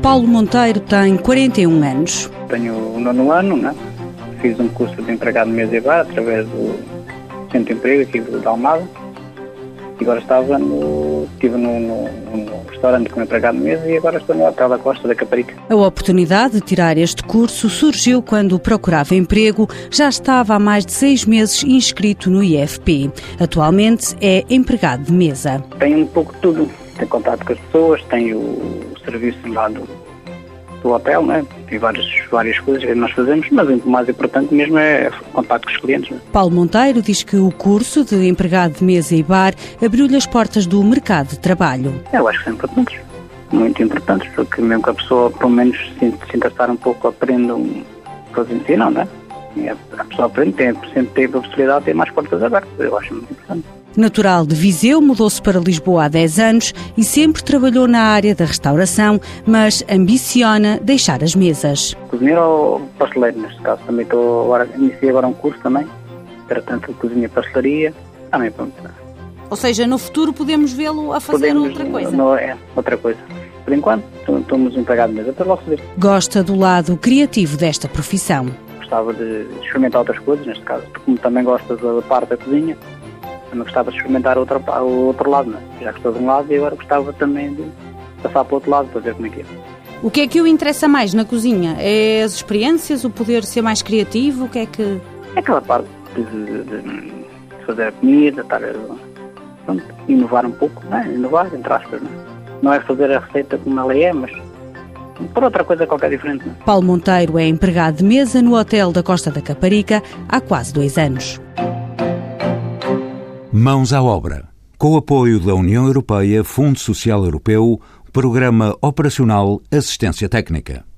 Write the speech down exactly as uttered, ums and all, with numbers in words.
Paulo Monteiro tem quarenta e um anos. Tenho o nono ano, né? Fiz um curso de empregado de mesa e bar através do Centro de Emprego aqui de Almada. E agora estava no, estive no, no, no restaurante como empregado de mesa e agora estou no Hotel da Costa da Caparica. A oportunidade de tirar este curso surgiu quando procurava emprego. Já estava há mais de seis meses inscrito no I F P. Atualmente é empregado de mesa. Tenho um pouco de tudo. Tenho contato com as pessoas, tenho o serviço lá do, do hotel, né? Tem várias, várias coisas que nós fazemos, mas o mais importante mesmo é contato com os clientes. Né? Paulo Monteiro diz que o curso de empregado de mesa e bar abriu-lhe as portas do mercado de trabalho. Eu acho que são importantes, muito importantes, porque mesmo que a pessoa, pelo menos, se, se interessar um pouco, aprenda o que eles ensinam, né? E a, a pessoa aprende, tem, sempre teve a possibilidade de ter mais portas abertas. Eu acho muito importante. Natural de Viseu, mudou-se para Lisboa há dez anos e sempre trabalhou na área da restauração, mas ambiciona deixar as mesas. Cozinheiro ou pasteleiro, neste caso. Também estou agora, iniciei agora um curso também, para tanto cozinha e pastelaria. Também, pronto. Ou seja, no futuro podemos vê-lo a fazer podemos, outra coisa? Não, é, outra coisa. Por enquanto, estamos empregados de mesa, até logo saber. Gosta do lado criativo desta profissão. Gostava de experimentar outras coisas, neste caso, porque como também gosto da parte da cozinha, também gostava de experimentar outra, o outro lado, não é? Já que estou de um lado e agora gostava também de passar para o outro lado para ver como é que é. O que é que o interessa mais na cozinha? É as experiências, o poder ser mais criativo? O que é que... É aquela parte de, de, de fazer a comida, estar a pronto, inovar um pouco, não é? Inovar, entre aspas, não é? Não é fazer a receita como ela é, mas por outra coisa qualquer diferente. Não é? Paulo Monteiro é empregado de mesa no Hotel da Costa da Caparica há quase dois anos. Mãos à obra. Com o apoio da União Europeia, Fundo Social Europeu, Programa Operacional Assistência Técnica.